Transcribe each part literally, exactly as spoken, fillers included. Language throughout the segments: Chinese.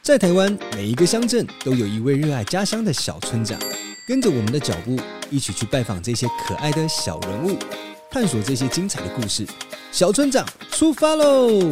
在台湾，每一个乡镇都有一位热爱家乡的小村长。跟着我们的脚步，一起去拜访这些可爱的小人物，探索这些精彩的故事。小村长出发喽！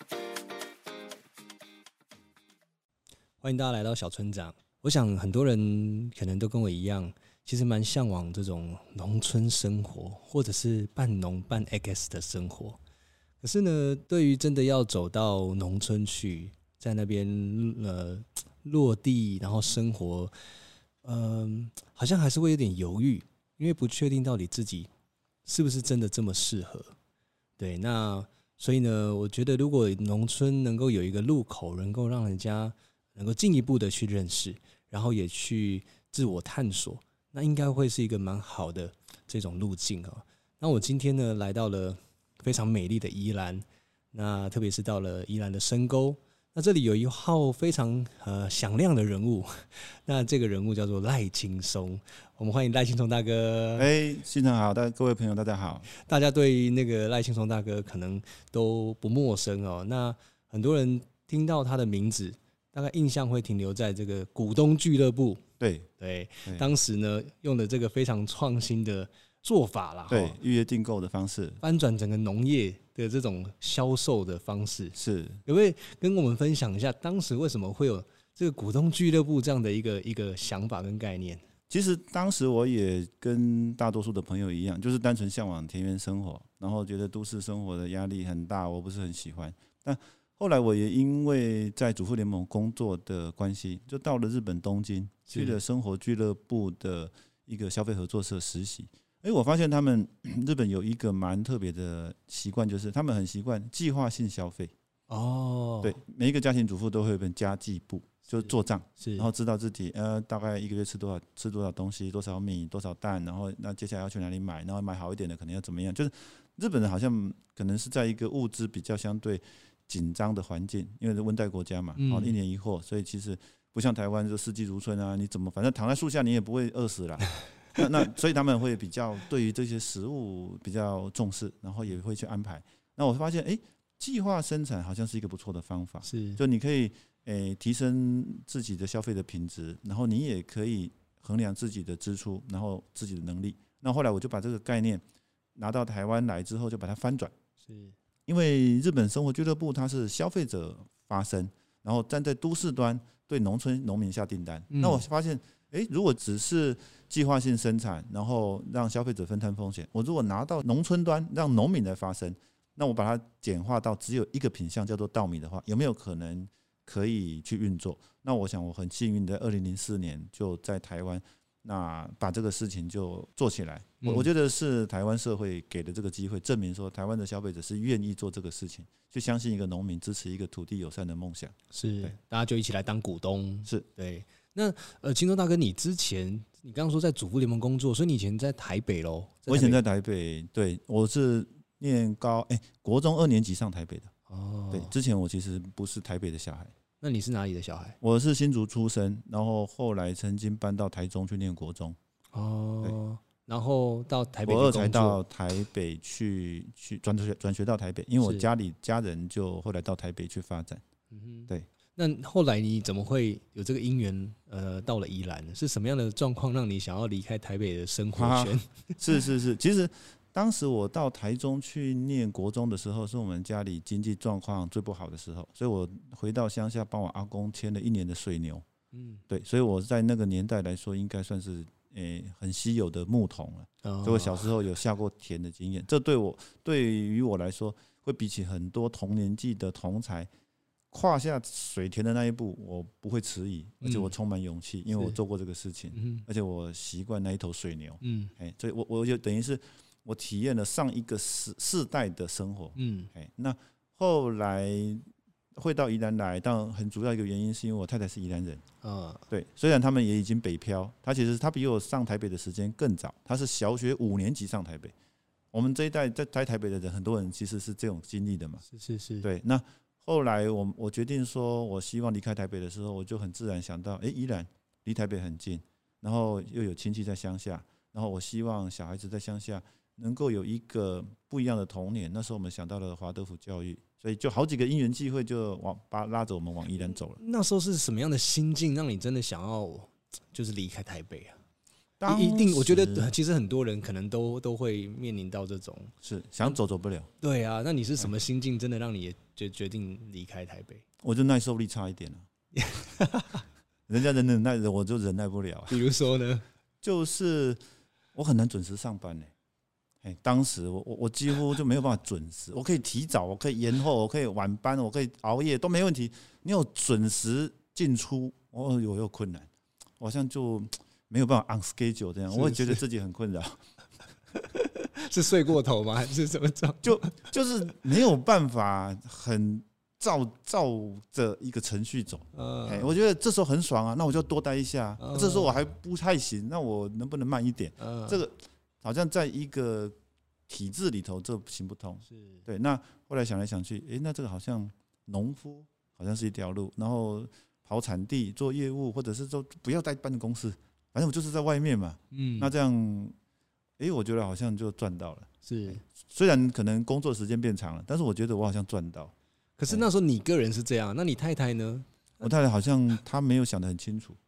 欢迎大家来到小村长。我想很多人可能都跟我一样，其实蛮向往这种农村生活，或者是半农半 X 的生活。可是呢，对于真的要走到农村去，在那边呃落地，然后生活，嗯、呃，好像还是会有点犹豫，因为不确定到底自己是不是真的这么适合。对，那所以呢，我觉得如果农村能够有一个入口，能够让人家能够进一步的去认识，然后也去自我探索，那应该会是一个蛮好的这种路径哦。那我今天呢，来到了非常美丽的宜兰，那特别是到了宜兰的深沟。那这里有一号非常呃响亮的人物，那这个人物叫做赖青松，我们欢迎赖青松大哥。 哎，新城好，各位朋友大家好。 大家对那个赖青松大哥可能都不陌生哦。那很多人听到他的名字，大概印象会停留在这个股东俱乐部。 对对，当时呢用的这个非常创新的做法啦， 对，预约订购的方式， 翻转整个农业的这种销售的方式， 是可不可以跟我们分享一下，当时为什么会有这个股东俱乐部这样的一个一个想法跟概念？ 其实当时我也跟大多数的朋友一样，就是单纯向往田园生活，然后觉得都市生活的压力很大，我不是很喜欢。但后来我也因为在主妇联盟工作的关系，就到了日本东京，去了生活俱乐部的一个消费合作社实习。哎，我发现他们日本有一个蛮特别的习惯，就是他们很习惯计划性消费。 哦， 对，每一个家庭主妇都会有一本家计簿，就是做账，然后知道自己呃大概一个月吃多少吃多少东西，多少米，多少蛋，然后那接下来要去哪里买，然后买好一点的可能要怎么样。就是日本人好像可能是在一个物资比较相对紧张的环境，因为是温带国家嘛，嗯、一年一货，所以其实不像台湾就四季如春啊，你怎么反正躺在树下你也不会饿死啦。那那所以他们会比较对于这些食物比较重视，然后也会去安排。那我发现，哎，计划生产好像是一个不错的方法， 是就你可以诶提升自己的消费的品质，然后你也可以衡量自己的支出，然后自己的能力。那后来我就把这个概念拿到台湾来之后，就把它翻转， 是因为日本生活俱乐部它是消费者发声，然后站在都市端对农村农民下订单。嗯、那我发现。欸、如果只是计划性生产，然后让消费者分摊风险，我如果拿到农村端让农民来发声，那我把它简化到只有一个品项叫做稻米的话，有没有可能可以去运作？那我想我很幸运的，二零零四年就在台湾，那把这个事情就做起来。我我觉得是台湾社会给的这个机会，证明说台湾的消费者是愿意做这个事情，去相信一个农民，支持一个土地友善的梦想。 是，大家就一起来当股东。 是， 对。那呃，青松大哥，你之前你刚刚说在主妇联盟工作，所以你以前在台北咯？ 我以前在台北，对，我是念高哎、欸、国中二年级上台北的。哦，对，之前我其实不是台北的小孩。 那你是哪里的小孩？ 我是新竹出生，然后后来曾经搬到台中去念国中。 哦，然后到台北去国工作， 二才到台北去去转学转学到台北，因为我家里家人就后来到台北去发展。嗯哼，对。 那后来你怎么会有这个因缘？呃，到了宜兰，是什么样的状况让你想要离开台北的生活圈？啊、 是是是，其实当时我到台中去念国中的时候，是我们家里经济状况最不好的时候，所以我回到乡下帮我阿公牵了一年的水牛。嗯，对，所以我在那个年代来说，应该算是诶、欸、很稀有的牧童了。哦、所以我小时候有下过田的经验，这对我对于我来说，会比起很多同年纪的同才。跨下水田的那一步，我不会迟疑，而且我充满勇气，因为我做过这个事情，而且我习惯那一头水牛，嗯，所以我我就等于是我体验了上一个世世代的生活，嗯，那后来会到宜兰来，当然很主要一个原因是因为我太太是宜兰人，啊，对，虽然他们也已经北漂，她其实她比我上台北的时间更早，她是小学五年级上台北，我们这一代在在台北的人，很多人其实是这种经历的嘛， 是是是， 对，那。后来我我决定说，我希望离开台北的时候，我就很自然想到，哎，宜兰离台北很近，然后又有亲戚在乡下，然后我希望小孩子在乡下能够有一个不一样的童年。那时候我们想到了华德福教育， 所以就好几个因缘际会，就往把拉着我们往宜兰走了。 那时候是什么样的心境，让你真的想要就是离开台北啊？一定，我觉得其实很多人可能都都会面临到这种， 是想走走不了。 对啊，那你是什么心境，真的让你也就决定离开台北？ 我就耐受力差一点了、啊，人家忍忍耐，我就忍耐不了、啊。 比如说呢， 就是我很难准时上班呢、欸。哎，当时我我我几乎就没有办法准时，我可以提早，我可以延后，我可以晚班，我可以熬夜都没问题。你有准时进出，我有有困难，我好像就没有办法 on schedule 这样，我会觉得自己很困扰。 是睡过头吗？还是什么状？ 就就是没有办法很照照着一个程序走。呃，我觉得这时候很爽啊，那我就多待一下。呃、这时候我还不太行，那我能不能慢一点？呃、这个。好像在一个体制里头，这行不通。对，那后来想来想去，哎、欸，那这个好像农夫好像是一条路，然后跑产地做业务，或者是说不要在办公室，反正我就是在外面嘛。嗯，那这样，哎、欸，我觉得好像就赚到了。 是， 虽然可能工作时间变长了，但是我觉得我好像赚到。 可是那时候你个人是这样，那你太太呢？ 我太太好像她没有想得很清楚。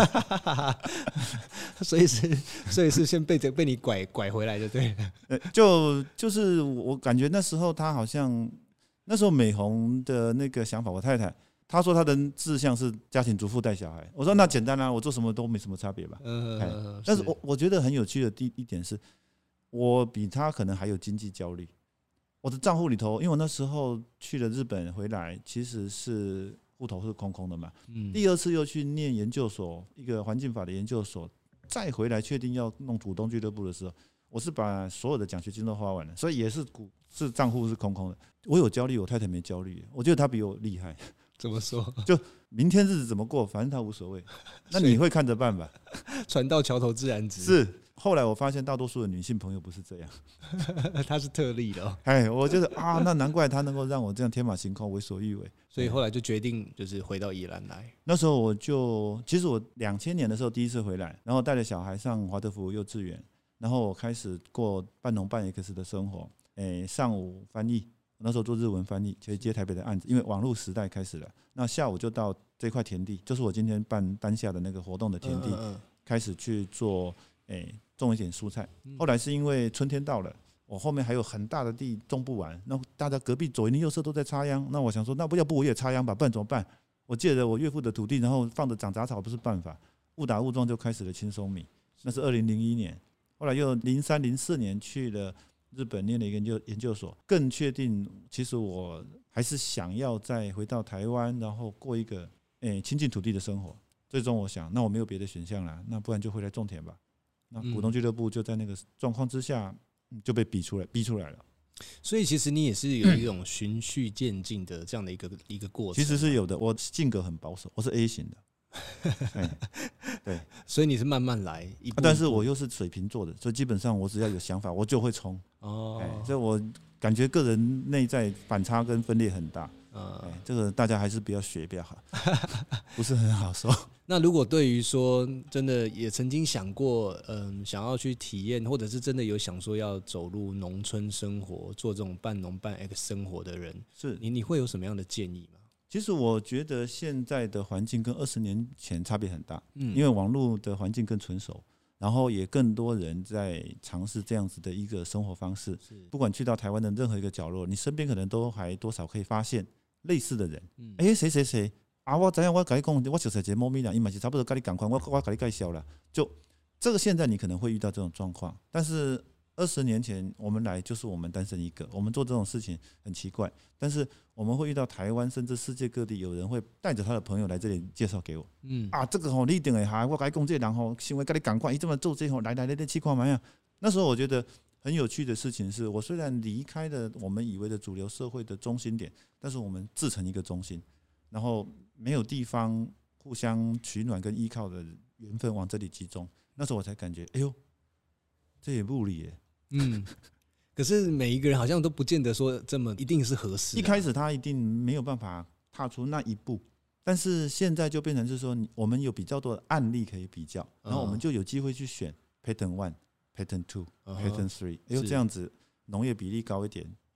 所以是，所以是先被被你拐拐回来的，对。 呃，就就是我感觉那时候她好像那时候美红的那个想法，我太太她说她的志向是家庭主妇带小孩，我说那简单啊，我做什么都没什么差别吧。嗯，但是我我觉得很有趣的第一点是，我比她可能还有经济焦虑。我的账户里头，因为我那时候去了日本回来，其实是。户头是空空的嘛，嗯、第二次又去念研究所，一个环境法的研究所，再回来确定要弄股东俱乐部的时候，我是把所有的奖学金都花完了，所以也是股是账户是空空的。我有焦虑，我太太没焦虑，我觉得她比我厉害。 怎么说？ 就明天日子怎么过，反正她无所谓。那你会看着办吧。 船到桥头自然直。 是。后来我发现，大多数的女性朋友不是这样， 她是特例的、哦。 哎，我觉得啊，那难怪她能够让我这样天马行空、为所欲为。 所以后来就决定就是回到宜兰来。 那时候我就，其实我两千年的时候第一次回来，然后带着小孩上华德福幼稚园，然后我开始过半农半 X 的生活。哎，上午翻译，那时候做日文翻译，去接台北的案子，因为网络时代开始了。那下午就到这块田地，就是我今天办当下的那个活动的田地，开始去做。哎，种一点蔬菜。后来是因为春天到了，我后面还有很大的地种不完，那大家隔壁左邻右舍都在插秧，那我想说，那不要不我也插秧吧，不然怎么办？我借着我岳父的土地，然后放着长杂草不是办法，误打误撞就开始了青松米。那是二零零一年，后来又零三零四年去了日本念了一个研究研究所，更确定其实我还是想要再回到台湾，然后过一个哎亲近土地的生活。最终我想，那我没有别的选项了，那不然就回来种田吧。那股东俱乐部就在那个状况之下就被逼出来，逼出来了。 所以其实你也是有一种循序渐进的这样的一个一个过程。 其实是有的，我性格很保守，我是 A 型的。对， 所以你是慢慢来，一步一步， 但是我又是水瓶座的，所以基本上我只要有想法，我就会冲。哦，所以我感觉个人内在反差跟分裂很大。嗯，这个大家还是不要学比较好，不是很好受。 那如果对于说真的也曾经想过，嗯，想要去体验，或者是真的有想说要走入农村生活，做这种半农半 X 生活的人， 是你你会有什么样的建议吗？ 其实我觉得现在的环境跟二十年前差别很大，嗯，因为网络的环境更成熟，然后也更多人在尝试这样子的一个生活方式。不管去到台湾的任何一个角落，你身边可能都还多少可以发现类似的人。哎，谁谁谁啊，我知影，我跟你讲，我就是一个猫咪啦，伊嘛是差不多跟你同款，我我跟你介绍啦。就这个现在你可能会遇到这种状况，但是二十年前我们来就是我们单身一个，我们做这种事情很奇怪，但是我们会遇到台湾甚至世界各地有人会带着他的朋友来这里介绍给我。嗯啊，这个吼你一定会哈，我跟你讲，这个人吼行为跟你同款，伊这么做这吼，来来来来去看嘛呀。那时候我觉得很有趣的事情是，我虽然离开了我们以为的主流社会的中心点，但是我们自成一个中心，然后没有地方互相取暖跟依靠的缘分往这里集中。那时候我才感觉，哎呦，这也不理耶。嗯， 可是每一个人好像都不见得说这么一定是合适、啊。 一开始他一定没有办法踏出那一步，但是现在就变成是说，我们有比较多的案例可以比较，然后我们就有机会去选 Pattern One、Pattern Two、Pattern Three， 哎呦这样子农业比例高一点，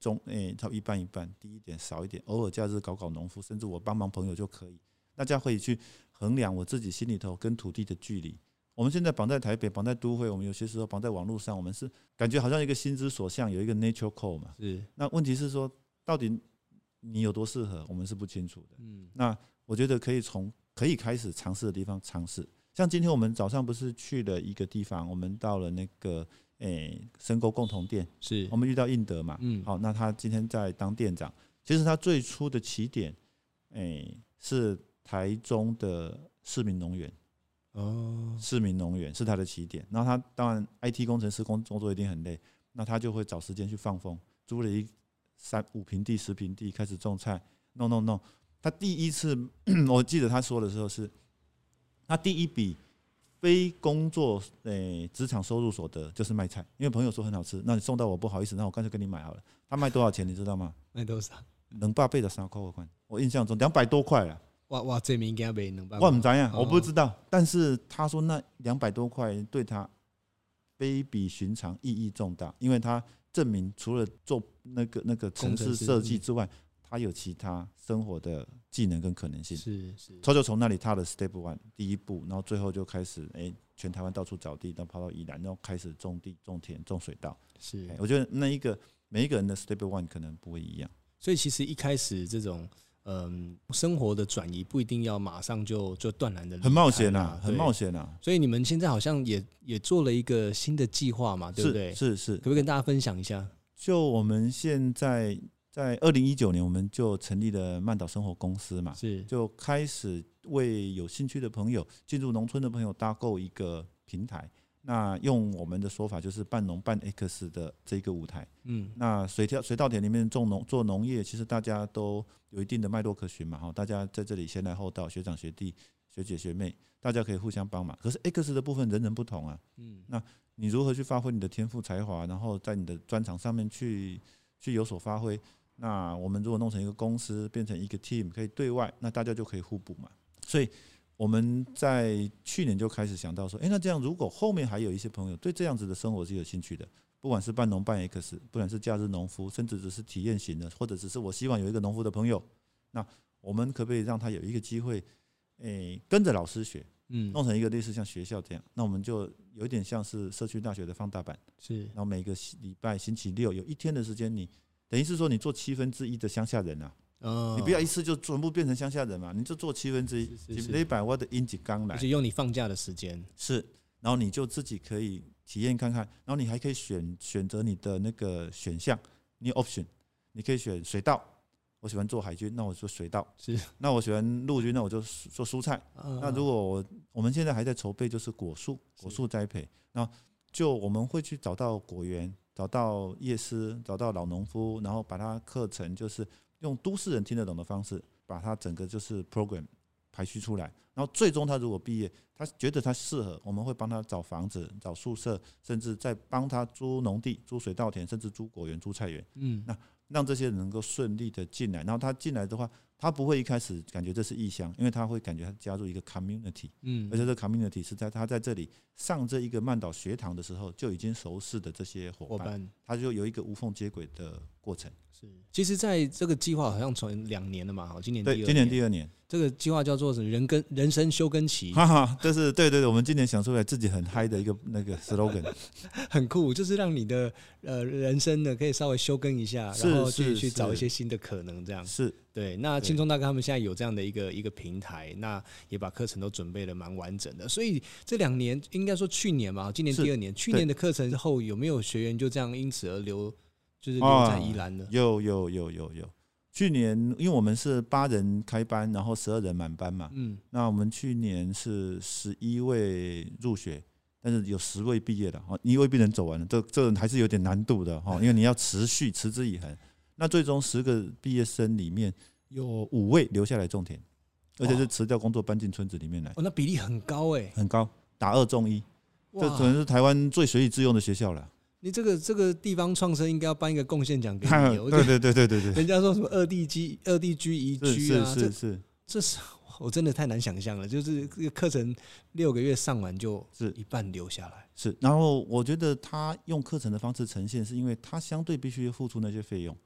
中诶，差不多一半一半，低一点少一点，偶尔假日搞搞农夫，甚至我帮忙朋友就可以。大家可以去衡量我自己心里头跟土地的距离。我们现在绑在台北，绑在都会，我们有些时候绑在网络上，我们是感觉好像一个心之所向，有一个 nature code 嘛。 是。 那问题是说，到底你有多适合，我们是不清楚的。嗯。那我觉得可以从可以开始尝试的地方尝试。像今天我们早上不是去了一个地方，我们到了那个诶深沟共同店， 是我们遇到印德嘛。嗯。好，那他今天在当店长。其实他最初的起点，诶是台中的市民农园。哦，市民农园是他的起点，然后他当然 I T 工程师工工作一定很累，那他就会找时间去放风，租了一三五坪地、十坪地开始种菜，弄弄弄。他第一次，我记得他说的时候是，他第一笔非工作诶职场收入所得就是卖菜，因为朋友说很好吃，那你送到我不好意思，那我干脆跟你买好了。他卖多少钱你知道吗？ 卖多少？ 两百八十三块我看，我印象中两百多块了。 哇哇，这物件卖两百， 我不知道，我不知道。但是他说那两百多块对他非比寻常，意义重大，因为他证明除了做那个那个城市设计之外，他有其他生活的技能跟可能性。 是是， 他就从那里踏了 step one 第一步，然后最后就开始哎、欸，全台湾到处找地，然后跑到宜兰，然后开始种地、种田、种水稻。 是， 我觉得那一个每一个人的 step one 可能不会一样。 所以其实一开始这种。嗯，生活的转移不一定要马上就就断然的， 很冒险啊，很冒险啊。 所以你们现在好像也也做了一个新的计划嘛，对不对？ 是是是，可不可以跟大家分享一下？ 就我们现在在二零一九年，我们就成立了曼岛生活公司嘛， 是就开始为有兴趣的朋友、进入农村的朋友搭构一个平台。那用我们的说法就是半农半 X 的这个舞台，嗯，那水稻水稻田里面种农做农业，其实大家都有一定的脉络可循嘛，哈，大家在这里先来后到，学长学弟、学姐学妹，大家可以互相帮忙。可是 X 的部分人人不同啊，嗯，那你如何去发挥你的天赋才华，然后在你的专长上面去去有所发挥？那我们如果弄成一个公司，变成一个 team， 可以对外，那大家就可以互补嘛，所以。我们在去年就开始想到说，哎、欸，那这样如果后面还有一些朋友对这样子的生活是有兴趣的，不管是半农半 X， 不管是假日农夫，甚至只是体验型的，或者只是我希望有一个农夫的朋友，那我们可不可以让他有一个机会，哎、欸，跟着老师学，嗯，弄成一个类似像学校这样，那我们就有一点像是社区大学的放大版， 是， 然后每个礼拜星期六有一天的时间，你等于是说你做七分之一的乡下人啊。哦、你不要一次就全部变成乡下人嘛，你就做七分之一，礼拜我的应几刚来， 而且用你放假的时间是，然后你就自己可以体验看看，然后你还可以选选择你的那个选项，你有 option， 你可以选水稻，我喜欢做海军，那我做水稻； 是， 那我喜欢陆军，那我就做蔬菜。嗯、那如果我我们现在还在筹备，就是果树，果树栽培，那就我们会去找到果园，找到业师，找到老农夫，然后把它课程就是。用都市人听得懂的方式，把他整个就是 program 排序出来，然后最终他如果毕业，他觉得他适合，我们会帮他找房子、找宿舍，甚至再帮他租农地、租水稻田，甚至租果园、租菜园。嗯，那让这些人能够顺利的进来，然后他进来的话，他不会一开始感觉这是异乡，因为他会感觉他加入一个 community， 嗯，而且这 community 是在他在这里上这一个曼岛学堂的时候就已经熟识的这些伙伴，他就有一个无缝接轨的过程。 是，其实在这个计划好像从两年了嘛，好，今年第二年， 对，今年第二年， 这个计划叫做什么？人跟人生休耕期， 哈哈，这是对对对，我们今年想出来自己很嗨的一个那个 slogan， 很酷，就是让你的呃人生呢可以稍微休耕一下，然后去去找一些新的可能，这样是对。那青葱大哥他们现在有这样的一个一个平台，那也把课程都准备的蛮完整的，所以这两年应该说去年嘛，今年第二年，去年的课程后有没有学员就这样因此而留？就是留在宜兰的、啊， 有有有有有。去年因为我们是八人开班，然后十二人满班嘛，嗯，那我们去年是十一位入学，但是有十位毕业了，你未必能走完了，这这还是有点难度的哈，因为你要持续持之以恒。那最终十个毕业生里面有五位留下来种田，而且是辞掉工作搬进村子里面来， 哦，那比例很高哎、欸， 很高，打二中一，这可能是台湾最随意自用的学校了。 你这个这个地方创生应该要颁一个贡献奖给你， 对对对对对对。 人家说什么二地居二地居宜居啊， 是是是， 这是我真的太难想象了。就是这个课程六个月上完就是一半留下来， 是。然后我觉得他用课程的方式呈现，是因为他相对必须付出那些费用，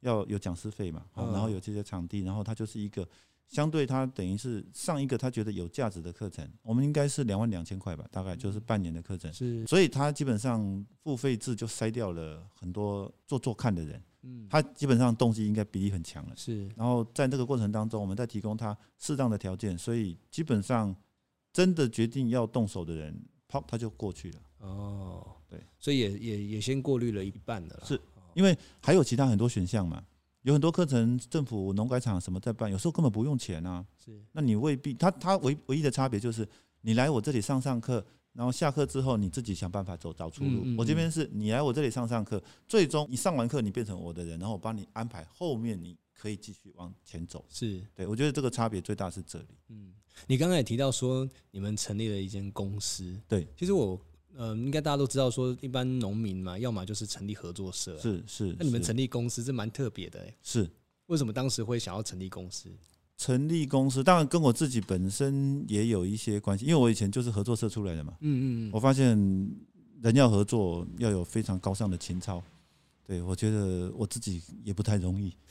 要有讲师费嘛，然后有这些场地，然后它就是一个相对它等于是上一个他觉得有价值的课程，我们应该是两万两千块吧，大概就是半年的课程， 是， 所以他基本上付费制就筛掉了很多做做看的人，嗯，他基本上动机应该比例很强了， 是， 然后在这个过程当中，我们再提供他适当的条件，所以基本上真的决定要动手的人，啪他就过去了。哦，对， 所以也也也先过滤了一半的了， 是因为还有其他很多选项嘛。有很多课程，政府农改场什么在办，有时候根本不用钱啊。是，那你未必，他他唯唯一的差别就是，你来我这里上上课，然后下课之后你自己想办法走找出路。嗯嗯嗯，我这边是你来我这里上上课，最终你上完课你变成我的人，然后我帮你安排后面你可以继续往前走。 是， 对，我觉得这个差别最大是这里。 嗯，你刚才也提到说你们成立了一间公司， 对， 其实我。呃，应该大家都知道，说一般农民嘛，要么就是成立合作社， 是是。 那你们成立公司，这蛮特别的，哎。 是。 为什么当时会想要成立公司？ 成立公司，当然跟我自己本身也有一些关系，因为我以前就是合作社出来的嘛。嗯嗯。我发现人要合作，要有非常高尚的情操。对，我觉得我自己也不太容易。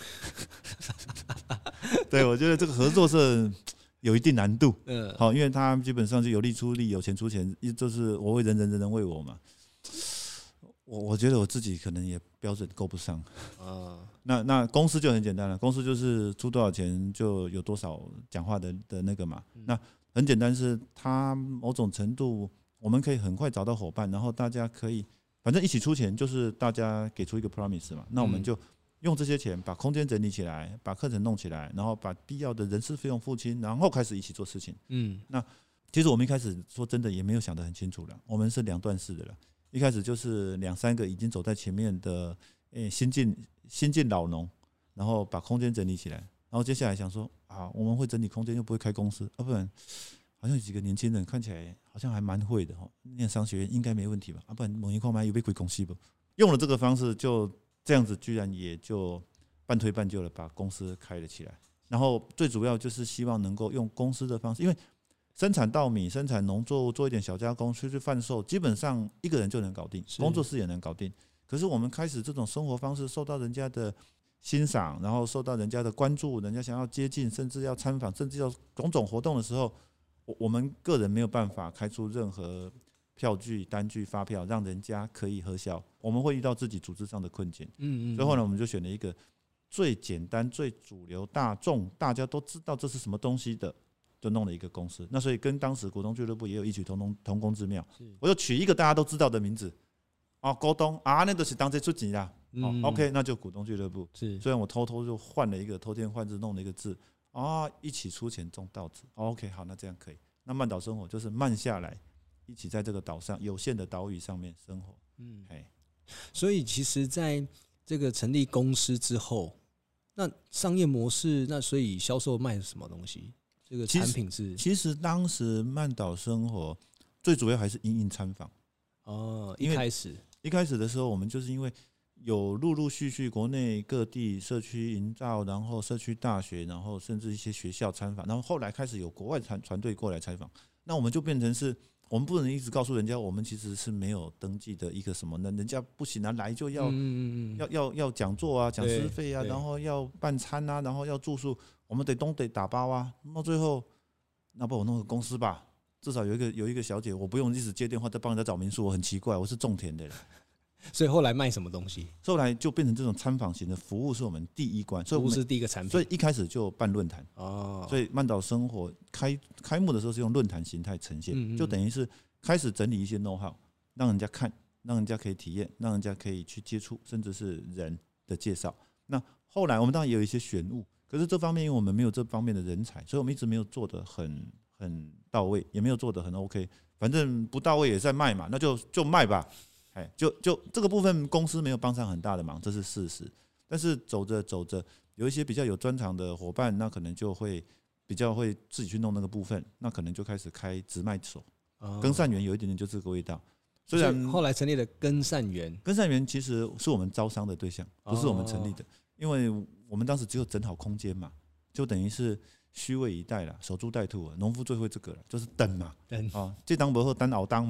对，我觉得这个合作社有一定难度，嗯，好，因为他基本上是有力出力，有钱出钱，就是我为人人，人人为我嘛。我我觉得我自己可能也标准够不上啊。那那公司就很简单了，公司就是出多少钱就有多少讲话的的那个嘛。那很简单，是它某种程度我们可以很快找到伙伴，然后大家可以反正一起出钱，就是大家给出一个 promise 嘛。那我们就用这些钱把空间整理起来，把课程弄起来，然后把必要的人事费用付清，然后开始一起做事情。嗯，那其实我们一开始说真的也没有想得很清楚了，我们是两段式的了。一开始就是两三个已经走在前面的诶新进新进老农，然后把空间整理起来，然后接下来想说啊，我们会整理空间又不会开公司，啊不然好像有几个年轻人看起来好像还蛮会的哈，念商学院应该没问题吧？啊不然某一块买有被开公司不？用了这个方式就。这样子居然也就半推半就了，把公司开了起来。然后最主要就是希望能够用公司的方式，因为生产稻米、生产农作物、做一点小加工、出去贩售，基本上一个人就能搞定，工作室也能搞定。可是我们开始这种生活方式受到人家的欣赏，然后受到人家的关注，人家想要接近，甚至要参访，甚至要种种活动的时候，我们个人没有办法开出任何票据、单据、发票，让人家可以核销，我们会遇到自己组织上的困境。嗯嗯。所以后来我们就选了一个最简单、最主流、大众大家都知道这是什么东西的，就弄了一个公司。那所以跟当时股东俱乐部也有异曲同工同工之妙。我就取一个大家都知道的名字，啊，股东啊，那就是当这出钱啦。嗯。OK， 那就股东俱乐部。是。虽然我偷偷就换了一个偷天换日，弄了一个字啊，一起出钱种稻子。OK， 好，那这样可以。那慢岛生活就是慢下来。一起在这个岛上有限的岛屿上面生活，嗯， 所以其实在这个成立公司之后，那商业模式，那所以销售卖什么东西？这个产品是， 其实当时慢岛生活最主要还是因应参访哦，一开始一开始的时候，我们就是因为有陆陆续续国内各地社区营造，然后社区大学，然后甚至一些学校参访，然后后来开始有国外团团队过来采访，那我们就变成是。我们不能一直告诉人家，我们其实是没有登记的一个什么呢？人家不行啊，来就要、嗯、要要要讲座啊，讲师费啊，然后要办餐啊，然后要住宿，我们得都得打包啊。到最后，那不我弄个公司吧，至少有一个有一个小姐，我不用一直接电话在帮人家找民宿，我很奇怪，我是种田的人。 所以后来卖什么东西？ 后来就变成这种参访型的服务是我们第一关， 所以服务是第一个产品。 所以一开始就办论坛哦，所以慢岛生活开开幕的时候是用论坛形态呈现，嗯嗯就等于是开始整理一些 know how， 让人家看，让人家可以体验，让人家可以去接触，甚至是人的介绍。那后来我们当然也有一些选物，可是这方面因为我们没有这方面的人才，所以我们一直没有做得很很到位，也没有做得很 OK。反正不到位也在卖嘛，那就就卖吧。哎，就就这个部分，公司没有帮上很大的忙，这是事实。但是走着走着，有一些比较有专长的伙伴，那可能就会比较会自己去弄那个部分，那可能就开始开直卖所。耕善园有一点点就这个味道。虽然后来成立了耕善园， 耕善园其实是我们招商的对象，不是我们成立的，因为我们当时只有整好空间嘛，就等于是虚位以待啦，守株待兔。农夫最会这个了，就是等嘛，等啊，这当不好，等熬当嘛。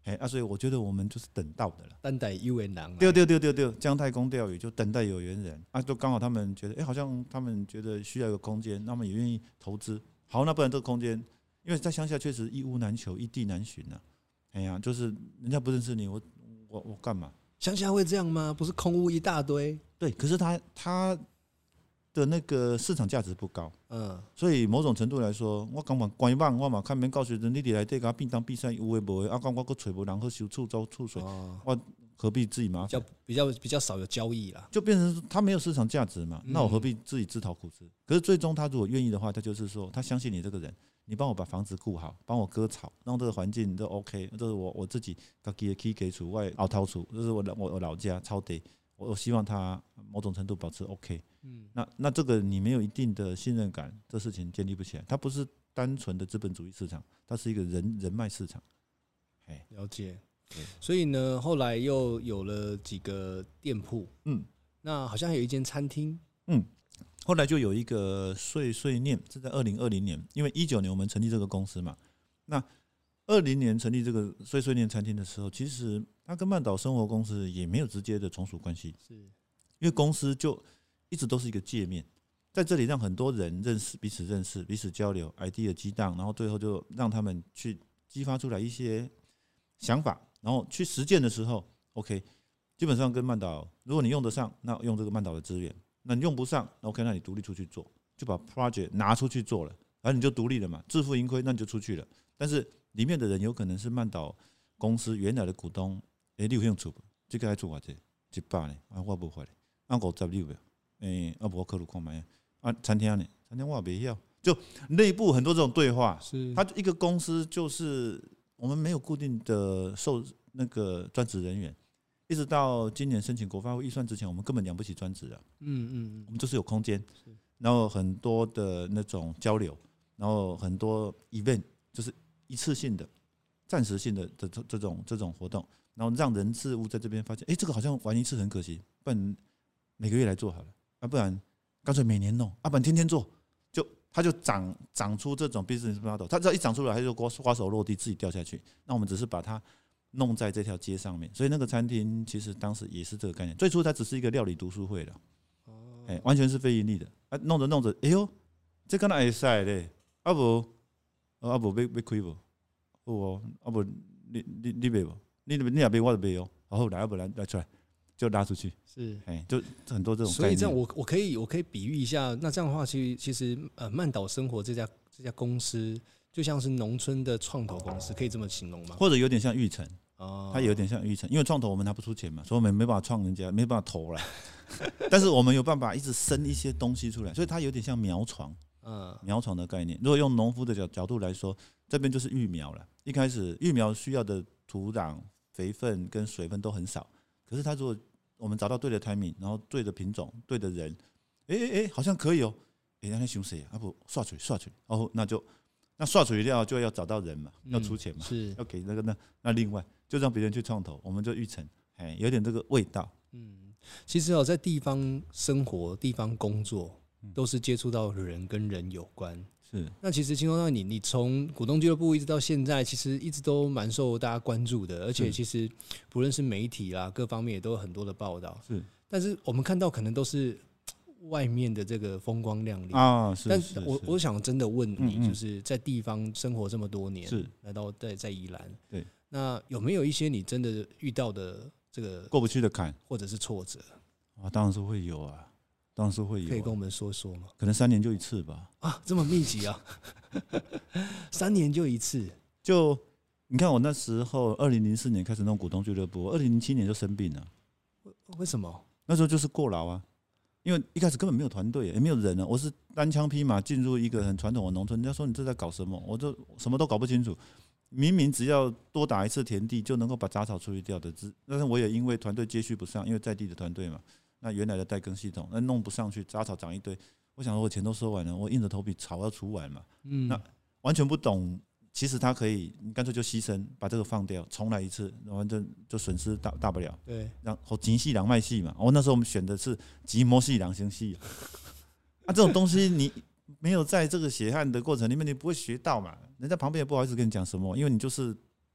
哎啊，所以我觉得我们就是等到的了。 等待有缘人。 对对对对对，姜太公钓鱼就等待有缘人啊，就刚好他们觉得，哎、欸，好像他们觉得需要一个空间，他们也愿意投资。好，那不然这个空间，因为在乡下确实一屋难求，一地难寻呐、啊。哎呀，就是人家不认识你，我我我干嘛？ 乡下会这样吗？不是空屋一大堆？ 对，可是他他的那个市场价值不高， 嗯， 所以某种程度来说，我讲嘛，关网我嘛，看免告诉人你伫内底甲便当比赛有诶无诶，啊，讲我搁找无人好收厝租厝水，哦、我何必自己麻烦？ 比较比较比较少有交易啦， 就变成他没有市场价值嘛，那我何必自己自讨苦吃？嗯、可是最终他如果愿意的话，他就是说他相信你这个人，你帮我把房子顾好，帮我割草，让这个环境都 OK， 这是我我自己自己的起家厝，我后头厝，这是我我我老家草地。我希望他某种程度保持 OK， 嗯，那那这个你没有一定的信任感，这事情建立不起来。它不是单纯的资本主义市场，它是一个人人脉市场。哎， 了解。所以呢，后来又有了几个店铺，嗯，那好像还有一间餐厅， 嗯，后来就有一个碎碎念，是在二零二零年，因为一九年我们成立这个公司嘛，那二零年成立这个碎碎念餐厅的时候，其实它跟曼岛生活公司也没有直接的从属关系，是因为公司就一直都是一个界面，在这里让很多人认识彼此认识彼此交流 idea 的激荡，然后最后就让他们去激发出来一些想法，然后去实践的时候 OK， 基本上跟曼岛，如果你用得上，那用这个曼岛的资源，那你用不上 OK， 那你独立出去做，就把 project 拿出去做了，然后你就独立了嘛，自负盈亏，那你就出去了。但是里面的人有可能是曼岛公司原来的股东，哎、欸，你有兴趣不？这个爱做偌济，一百呢？啊，我无法咧，啊五十六个，诶、欸，啊无考虑看卖啊，餐厅呢？餐厅我也袂晓，就内部很多这种对话。是，他一个公司就是我们没有固定的受那个专职人员，一直到今年申请国发会预算之前，我们根本养不起专职啊。嗯嗯嗯，我们就是有空间，然后很多的那种交流，然后很多 event 就是一次性的、暂时性的的这种这种活动，然后让人事物在这边发现，哎、欸，这个好像玩一次很可惜，不然每个月来做好了，啊，不然干脆每年弄，啊，不然天天做，就它就长长出这种 business model， 它只要一长出来，它就瓜瓜手落地自己掉下去。那我们只是把它弄在这条街上面，所以那个餐厅其实当时也是这个概念。最初它只是一个料理读书会了，哎、欸，完全是非盈利的，啊，弄着弄着，哎呦，这敢若会使咧，啊无。啊无要要开无，好哦，啊无你你你卖无？你你也卖我就卖哦，然后来啊不来来出来就拉出去，是，哎，就很多这种概念。 所以这样我我可以我可以比喻一下，那这样的话，其实其实呃曼岛生活这家这家公司就像是农村的创投公司，可以这么形容吗？ 或者有点像育成，哦，它有点像育成，因为创投我们拿不出钱嘛，所以我们没办法创人家，没办法投来，但是我们有办法一直生一些东西出来，所以它有点像苗床。嗯，苗床的概念，如果用农夫的角角度来说，这边就是育苗了。一开始育苗需要的土壤、肥分跟水分都很少，可是它如果我们找到对的 timing， 然后对的品种、对的人，哎哎哎，好像可以哦，哎，那想谁啊？不刷出去，刷出去，哦，那就那刷出去掉就要找到人嘛，要出钱嘛，是要给那个那那另外就让别人去创投，我们就育成，哎，有点这个味道。 嗯，其实哦，在地方生活、地方工作。都是接触到人跟人有关，是。那其实青松你，你从股东俱乐部一直到现在，其实一直都蛮受大家关注的，而且其实不论是媒体啦，各方面也都有很多的报道。是。但是我们看到可能都是外面的这个风光亮丽啊，是。但是我我想真的问你，就是在地方生活这么多年，是来到在在宜兰，对，那有没有一些你真的遇到的这个过不去的坎， 或者是挫折啊？当然是会有啊。当然是会有、啊， 可以跟我们说说吗？ 可能三年就一次吧。 啊，这么密集啊！三年就一次。 就你看，我那时候二零零四年开始弄股东俱乐部，二零零七年就生病了。 为什么？ 那时候就是过劳啊，因为一开始根本没有团队，也没有人啊。我是单枪匹马进入一个很传统的农村，人家说你这在搞什么？我就什么都搞不清楚。明明只要多打一次田地就能够把杂草处理掉的，但是我也因为团队接续不上，因为在地的团队嘛。那原来的代耕系统，那弄不上去，杂草长一堆。我想说，我钱都收完了，我硬着头皮草要除完嘛。嗯，那完全不懂，其实他可以，你干脆就牺牲，把这个放掉，重来一次，然后就就损失大大不了。对，然后吉细狼卖细嘛。哦，那时候我们选的是吉摩细狼型细。啊，这种东西你没有在这个血汗的过程里面，你不会学到嘛。人家旁边也不好意思跟你讲什么，因为你就是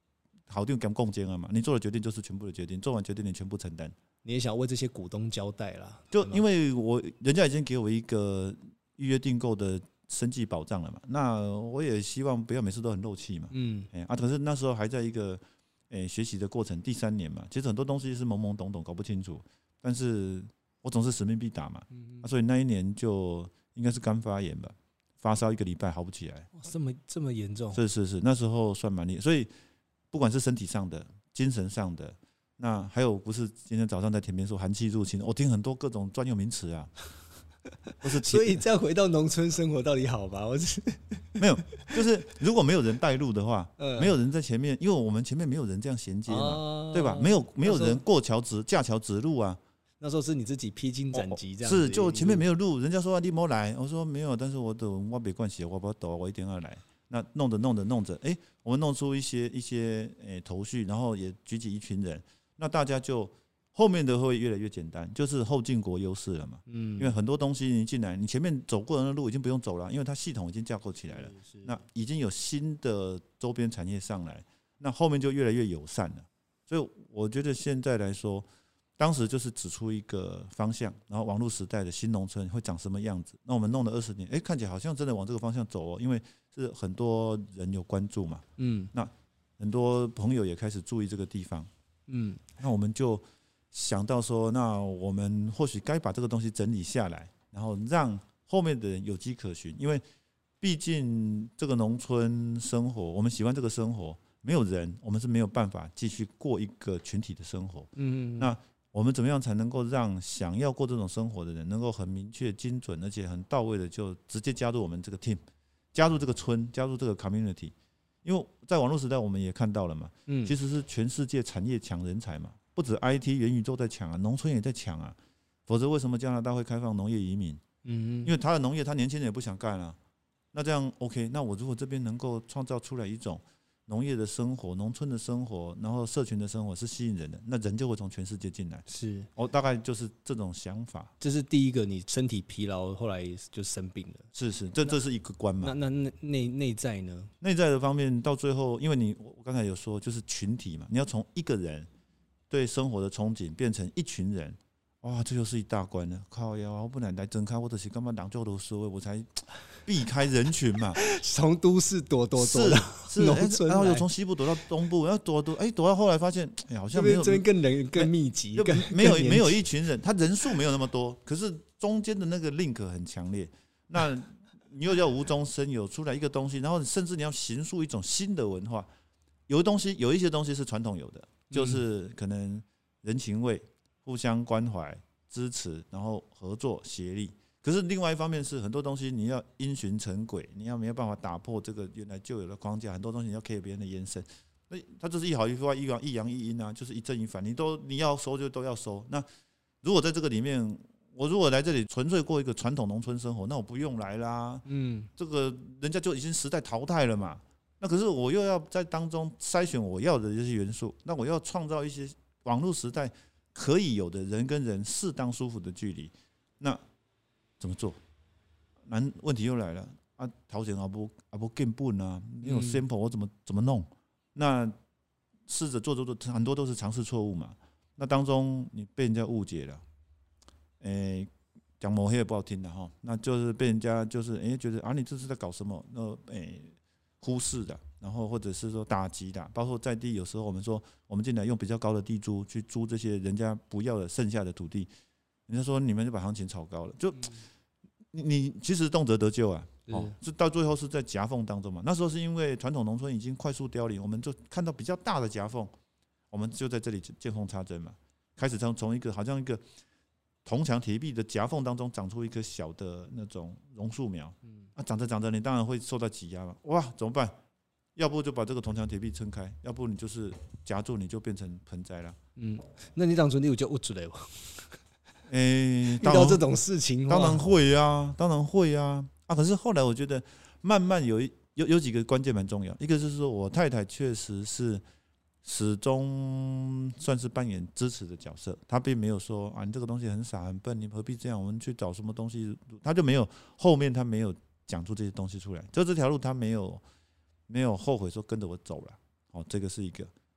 好定兼共监啊嘛，你做的决定就是全部的决定，做完决定你全部承担。 你也想为这些股东交代啦， 就因为我人家已经给我一个预约订购的生计保障了嘛，那我也希望不要每次都很漏气嘛。嗯，哎、欸、啊，可是那时候还在一个诶、欸、学习的过程，第三年嘛，其实很多东西是懵懵懂懂，搞不清楚。但是我总是使命必达嘛，啊，所以那一年就应该是肝发炎吧，发烧一个礼拜好不起来， 这么这么严重？ 是是是，那时候算蛮厉害。所以不管是身体上的、精神上的。那还有不是今天早上在田边说寒气入侵，我听很多各种专有名词啊，都是。 所以再回到农村生活到底好吧？我是没有，就是如果没有人带路的话，没有人在前面，因为我们前面没有人这样衔接嘛，对吧？没有没有人过桥指架桥指路啊。 那时候是你自己披荆斩棘这样。 是，就前面没有路，人家说你莫来，我说没有，但是我的我没关系，我不走，我一定要来。那弄着弄着弄着，哎，我们弄出一些一些诶头绪，然后也举起一群人。那大家就后面的会越来越简单，就是后进国优势了嘛。嗯，因为很多东西你进来，你前面走过的路已经不用走了，因为它系统已经架构起来了。那已经有新的周边产业上来，那后面就越来越友善了。所以我觉得现在来说，当时就是指出一个方向，然后网络时代的新农村会长什么样子。那我们弄了二十年，哎，看起来好像真的往这个方向走哦，因为是很多人有关注嘛。嗯，那很多朋友也开始注意这个地方。嗯，那我们就想到说，那我们或许该把这个东西整理下来，然后让后面的人有迹可循。因为毕竟这个农村生活，我们喜欢这个生活，没有人，我们是没有办法继续过一个群体的生活。嗯，那我们怎么样才能够让想要过这种生活的人，能够很明确、精准，而且很到位的，就直接加入我们这个 team， 加入这个村，加入这个 community。因为在网络时代，我们也看到了嘛，其实是全世界产业抢人才嘛，不止 I T 元宇宙在抢啊，农村也在抢啊，否则为什么加拿大会开放农业移民？嗯，因为他的农业，他年轻人也不想干了、啊，那这样 OK， 那我如果这边能够创造出来一种农业的生活、农村的生活，然后社群的生活是吸引人的，那人就会从全世界进来。是，我大概就是这种想法。 这是第一个，你身体疲劳，后来就生病了。 是是，这这是一个关嘛。 那那内内在呢？ 内在的方面，到最后，因为你我刚才有说，就是群体嘛，你要从一个人对生活的憧憬变成一群人，哇，这就是一大关了。靠呀，我不能来睁开，我就是干嘛两就都说，我才避开人群嘛。 从都市躲躲躲到农村， 然后又从西部躲到东部，然后躲躲，哎，躲到后来发现，哎，好像没有这边更人更密集，更没有没有一群人，他人数没有那么多，可是中间的那个 link 很强烈。那你又要无中生有出来一个东西，然后甚至你要形塑一种新的文化。有的东西有一些东西是传统有的，就是可能人情味、互相关怀、支持，然后合作协力。可是另外一方面是很多东西你要因循成轨，你要没有办法打破这个原来就有的框架，很多东西你要 care 别人的延伸。那它就是一好一坏，一阳一阳一阴啊，就是一正一反，你都你要收就都要收。那如果在这个里面，我如果来这里纯粹过一个传统农村生活，那我不用来啦。嗯，这个人家就已经时代淘汰了嘛。那可是我又要在当中筛选我要的这些元素，那我要创造一些网络时代可以有的人跟人适当舒服的距离。那怎么做？难问题又来了啊！头前啊不啊不根本啊，没有 sample 我怎么怎么弄？那试着做做做，很多都是尝试错误嘛。那当中你被人家误解了，诶、欸，讲抹黑也不好听的哈，那就是被人家就是诶、欸、觉得啊你这是在搞什么？那诶、欸、忽视的，然后或者是说打击的，包括在地有时候我们说我们进来用比较高的地租去租这些人家不要的剩下的土地，人家说你们就把行情炒高了，就。你你其实动辄得咎啊，哦，这到最后是在夹缝当中嘛。那时候是因为传统农村已经快速凋零，我们就看到比较大的夹缝，我们就在这里见缝插针嘛，开始从从一个好像一个铜墙铁壁的夹缝当中长出一棵小的那种榕树苗，啊，长着长着你当然会受到挤压嘛，哇，怎么办？要不就把这个铜墙铁壁撑开，要不你就是夹住，你就变成盆栽了。嗯， 那你当初你有叫物质嘞？ 诶、欸， 遇到这种事情， 当然会啊，当然会啊啊！可是后来我觉得，慢慢有一有有几个关键蛮重要，一个是说我太太确实是始终算是扮演支持的角色，她并没有说啊你这个东西很傻很笨，你何必这样？我们去找什么东西，她就没有后面她没有讲出这些东西出来，就这条路她没有没有后悔说跟着我走了，哦，这个是一个。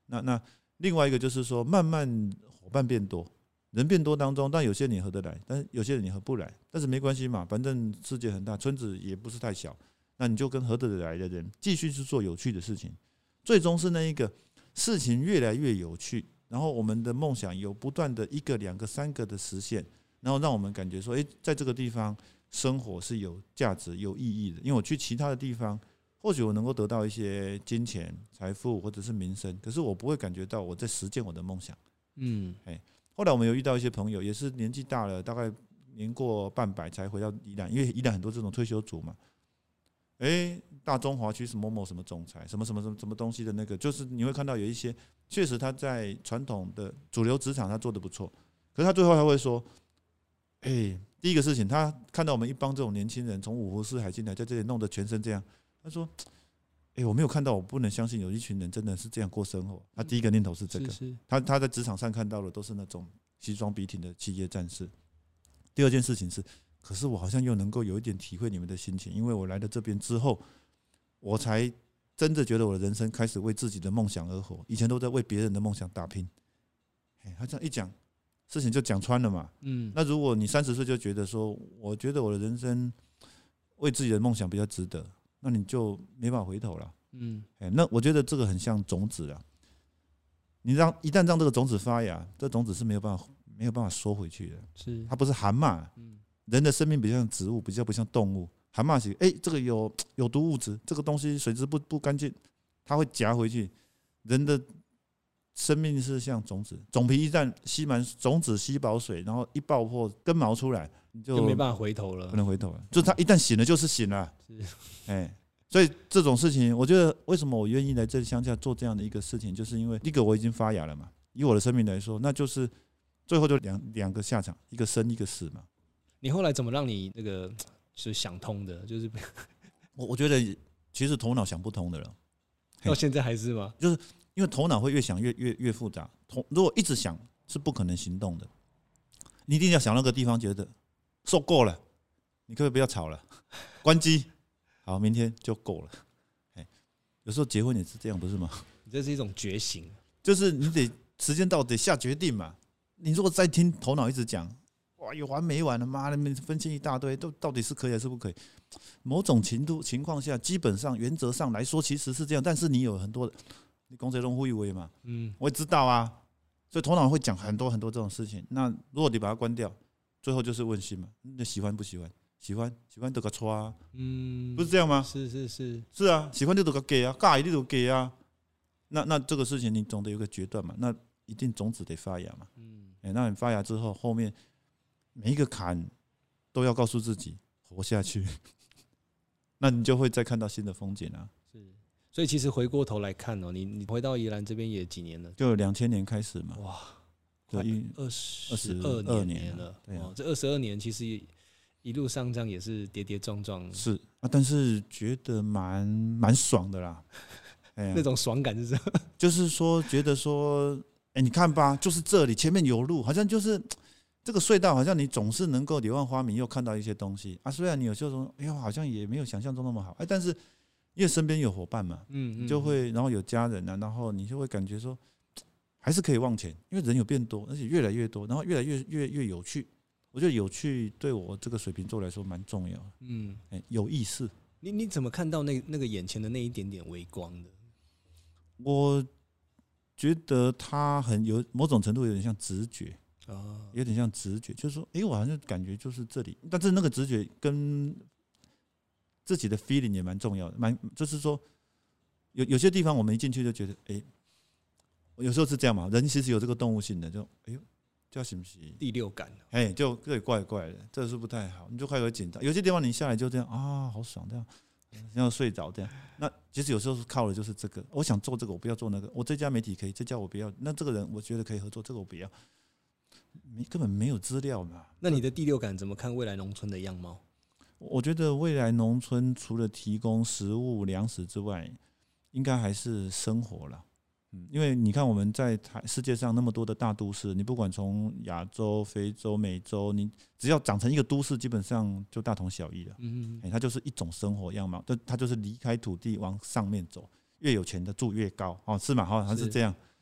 那那另外一个就是说，慢慢伙伴变多，人变多当中，但有些你合得来，但是有些人你合不来，但是没关系嘛，反正世界很大，村子也不是太小，那你就跟合得来的人继续去做有趣的事情，最终是那一个事情越来越有趣，然后我们的梦想有不断的一个、两个、三个的实现，然后让我们感觉说，哎，在这个地方生活是有价值、有意义的。因为我去其他的地方，或许我能够得到一些金钱、财富或者是名声，可是我不会感觉到我在实践我的梦想。嗯，哎，后来我们有遇到一些朋友，也是年纪大了，大概年过半百才回到宜兰，因为宜兰很多这种退休族嘛。哎，大中华区什么某某什么总裁，什么什么什么什么东西的那个，就是你会看到有一些，确实他在传统的主流职场他做得不错，可是他最后他会说，哎，第一个事情，他看到我们一帮这种年轻人从五湖四海进来，在这里弄得全身这样，他说，哎，我没有看到，我不能相信有一群人真的是这样过生活。他第一个念头是这个，他他在职场上看到的都是那种西装笔挺的企业战士。第二件事情是，可是我好像又能够有一点体会你们的心情，因为我来到这边之后，我才真的觉得我的人生开始为自己的梦想而活，以前都在为别人的梦想打拼。他这样一讲，事情就讲穿了嘛。嗯，那如果你三十岁就觉得说，我觉得我的人生为自己的梦想比较值得，那你就没办法回头了。嗯，那我觉得这个很像种子啊，你让一旦让这个种子发芽，这种子是没有办法没有办法收回去的。是，它不是蛤蟆。嗯，人的生命比较像植物，比较不像动物。蛤蟆是，哎、欸，这个有有毒物质，这个东西水质不不干净，它会夹回去。人的生命是像种子，种皮一旦吸满种子吸饱水，然后一爆破根毛出来，你就就没办法回头了， 不能回头了。就它一旦醒了，就是醒了。哎，所以这种事情，我觉得为什么我愿意来这里乡下做这样的一个事情，就是因为一个我已经发芽了嘛。以我的生命来说，那就是最后就两两个下场，一个生一个死嘛。 你后来怎么让你那个是想通的？就是我我觉得其实头脑想不通的了， 到现在还是吗？ 就是因为头脑会越想越越越复杂，如果一直想是不可能行动的。你一定要想那个地方，觉得受够了，你可不可以不要吵了？关机，好，明天就够了。有时候结婚也是这样，不是吗？ 这是一种觉醒， 就是你得时间到得下决定嘛。你如果再听头脑一直讲，哇，有完没完的，妈的，分析一大堆，都到底是可以还是不可以？某种程度情况下，基本上原则上来说其实是这样，但是你有很多，你公谁弄会以为嘛？嗯，我也知道啊，所以头脑会讲很多很多这种事情。那如果你把它关掉，最后就是问心嘛，你喜欢不喜欢？喜欢喜欢就给戳啊，嗯，不是这样吗？ 是是是是啊，喜欢就给给啊，尬你就给啊。那那这个事情你总得有个决断嘛，那一定种子得发芽嘛。嗯，哎，那你发芽之后，后面每一个坎都要告诉自己活下去，那你就会再看到新的风景啊。 是，所以其实回过头来看哦，你你回到宜兰这边也几年了？ 就两千年开始嘛。 哇，快二十二十二年了。对啊，这二十二年其实一路上这样也是跌跌撞撞。 是啊，但是觉得蛮蛮爽的啦。 哎、那种爽感是什么？ 就是说，觉得说，哎、欸，你看吧，就是这里前面有路，好像就是这个隧道，好像你总是能够柳暗花明，又看到一些东西啊。虽然你有时候说，哎呦，好像也没有想象中那么好，哎，但是因为身边有伙伴嘛，嗯，就会，然后有家人啊，然后你就会感觉说，还是可以往前，因为人有变多，而且越来越多，然后越来越越越有趣。我觉得有趣对我这个水瓶座来说蛮重要的，嗯，哎、欸，有意思。 你你怎么看到那那个眼前的那一点点微光的？ 我觉得他很有某种程度有点像直觉，有点像直觉，就是说，哎、欸，我好像感觉就是这里，但是那个直觉跟自己的 feeling 也蛮重要的，蛮就是说，有有些地方我们一进去就觉得，哎、欸，有时候是这样嘛，人其实有这个动物性的，就哎呦，叫什么第六感， 哎，就这里怪怪的，这是不太好，你就开始紧张。有些地方你下来就这样啊，好爽，这样。要睡着这样，那其实有时候是靠的就是这个。我想做这个，我不要做那个。我这家媒体可以，这家我不要。那这个人我觉得可以合作，这个我不要。没根本没有资料嘛。 那你的第六感怎么看未来农村的样貌？ 我觉得未来农村除了提供食物粮食之外，应该还是生活啦。嗯，因为你看我们在台世界上那么多的大都市，你不管从亚洲、非洲、美洲，你只要长成一个都市，基本上就大同小异了。嗯嗯，它就是一种生活样貌，它就是离开土地往上面走，越有钱的住越高，哦，是嘛？好像是这样。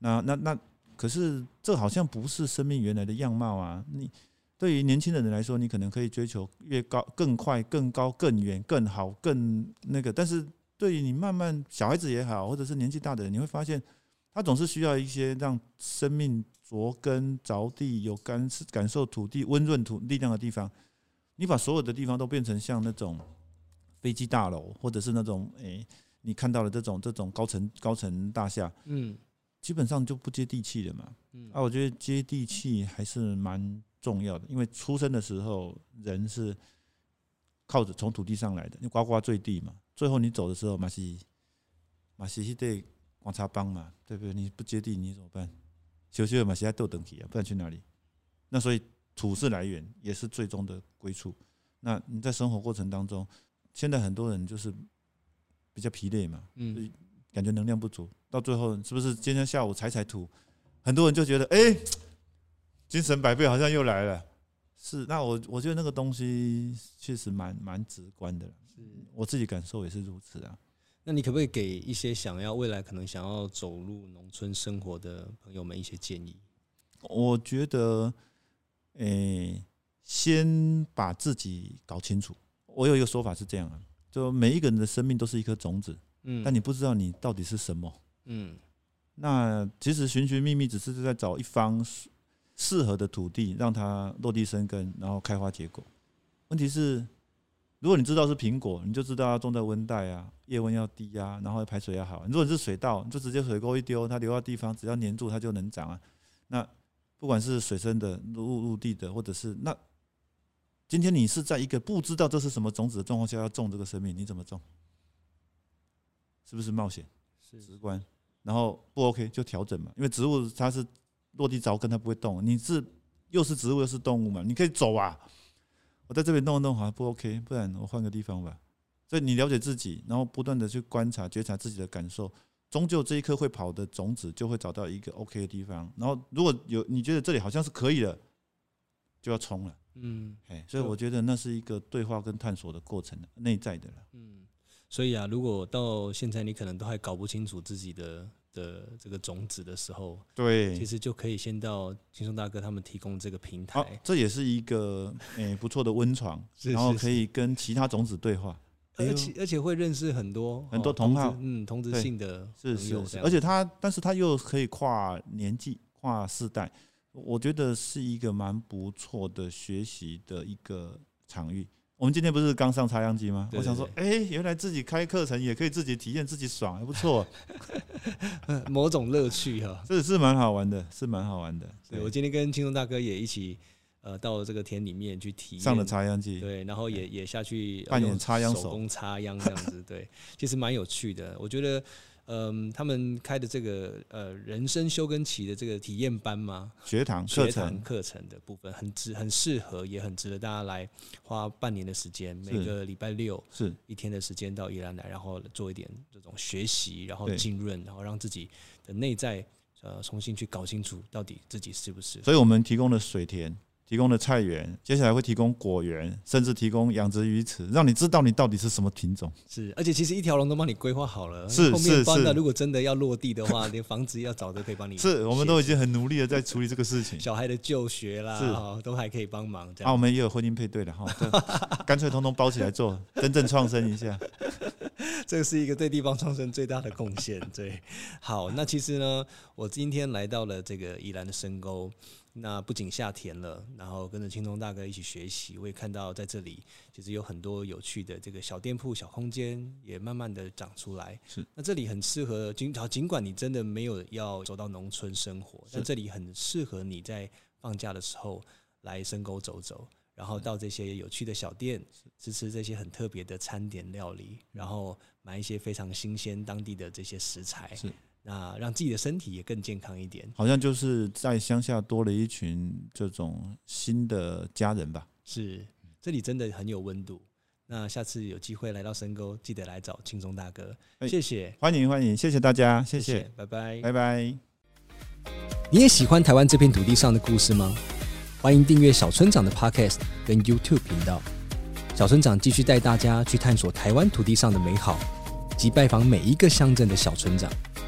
那那那，可是这好像不是生命原来的样貌啊！你对于年轻的人来说，你可能可以追求越高、更快、更高、更远、更好、更那个，但是对于你慢慢小孩子也好，或者是年纪大的人，你会发现，他总是需要一些让生命着根着地、有感感受土地温润土力量的地方。你把所有的地方都变成像那种飞机大楼，或者是那种诶、欸，你看到的这种这种高层高层大厦，嗯，基本上就不接地气了嘛。嗯，啊，我觉得接地气还是蛮重要的，因为出生的时候人是靠着从土地上来的，你呱呱坠地嘛，最后你走的时候嘛是嘛是迄个观察帮嘛，对不对？你不接地你怎么办？休息嘛是要倒回去啊，不然去哪里？那所以土是来源，也是最终的归处。那你在生活过程当中，现在很多人就是比较疲累嘛，嗯，感觉能量不足，到最后是不是今天下午踩踩土，很多人就觉得哎、欸，精神百倍，好像又来了。是，那我我觉得那个东西确实蛮蛮直观的，我自己感受也是如此啊。 那你可不可以给一些想要未来可能想要走入农村生活的朋友们一些建议？ 我觉得，诶、欸，先把自己搞清楚。我有一个说法是这样啊，就每一个人的生命都是一颗种子，嗯，但你不知道你到底是什么，嗯。那其实寻寻觅觅，只是在找一方适合的土地，让它落地生根，然后开花结果。问题是，如果你知道是苹果，你就知道要种在温带啊，叶温要低啊，然后排水要好。如果你是水稻，你就直接水沟一丢，它流到地方，只要黏住它就能长啊。那不管是水生的、陆陆地的，或者是那今天你是在一个不知道这是什么种子的状况下要种这个生命，你怎么种？是不是冒险？直观，然后不 OK 就调整嘛，因为植物它是落地着根，它不会动。你是又是植物又是动物嘛，你可以走啊。我在这边弄一弄好像不 OK， 不然我换个地方吧。所以你了解自己，然后不断的去观察、觉察自己的感受，终究这一颗会跑的种子就会找到一个 OK 的地方。然后如果有你觉得这里好像是可以的，就要冲了。嗯，所以我觉得那是一个对话跟探索的过程，内在的了。 嗯，所以啊，如果到现在你可能都还搞不清楚自己的的这个种子的时候， 对， 其实就可以先到轻松大哥他们提供这个平台， 哦、这也是一个诶、欸、不错的温床，然后可以跟其他种子对话。 而且而且会认识很多很多同好， 嗯，同质性的是是是，而且他，但是他又可以跨年纪、跨世代，我觉得是一个蛮不错的学习的一个场域。我们今天不是刚上插秧机吗？对对对，我想说，哎、欸，原来自己开课程也可以自己体验，自己爽，还不错， 某种乐趣哈， 这是蛮好玩的，是蛮好玩的。 对，我今天跟轻松大哥也一起。呃，到了这个田里面去体验， 上了插秧机， 对，然后也也下去扮演插秧手， 手工插秧这样子，对，其实蛮有趣的。我觉得，嗯、呃，他们开的这个呃人生休耕期的这个体验班嘛， 学堂学堂课程的部分，很值很适合，也很值得大家来花半年的时间，每个礼拜六是一天的时间到宜兰来，然后做一点这种学习，然后浸润，然后让自己的内在呃重新去搞清楚到底自己是不是。 所以我们提供了水田。提供的菜园，接下来会提供果园，甚至提供养殖鱼池，让你知道你到底是什么品种。 是，而且其实一条龙都帮你规划好了。 是后面帮的，如果真的要落地的话，连房子要找都可以帮你。 是，我们都已经很努力的在处理这个事情。 小孩的就学啦，是都还可以帮忙。 啊，我们也有婚姻配对的哈，干脆通通包起来做，真正创生一下。 这个是一个对地方创生最大的贡献。对，好，那其实呢，我今天来到了这个宜兰的深沟。那不仅下田了，然后跟着青松大哥一起学习，我也看到在这里其实有很多有趣的这个小店铺、小空间也慢慢的长出来。 是， 那这里很适合，尽尽管你真的没有要走到农村生活，但这里很适合你在放假的时候来深沟走走，然后到这些有趣的小店吃吃这些很特别的餐点料理，然后买一些非常新鲜当地的这些食材。是。那让自己的身体也更健康一点， 好像就是在乡下多了一群这种新的家人吧。 是，这里真的很有温度。那下次有机会来到深沟，记得来找轻松大哥。谢谢， 欢迎欢迎，谢谢大家，谢谢， 谢谢，拜拜， 拜拜。 你也喜欢台湾这片土地上的故事吗？欢迎订阅小村长的 Podcast 跟 YouTube 频道。小村长继续带大家去探索台湾土地上的美好，及拜访每一个乡镇的小村长。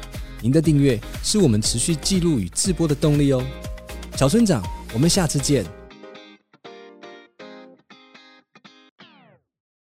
您的订阅是我们持续记录与制播的动力哦。小村长，我们下次见。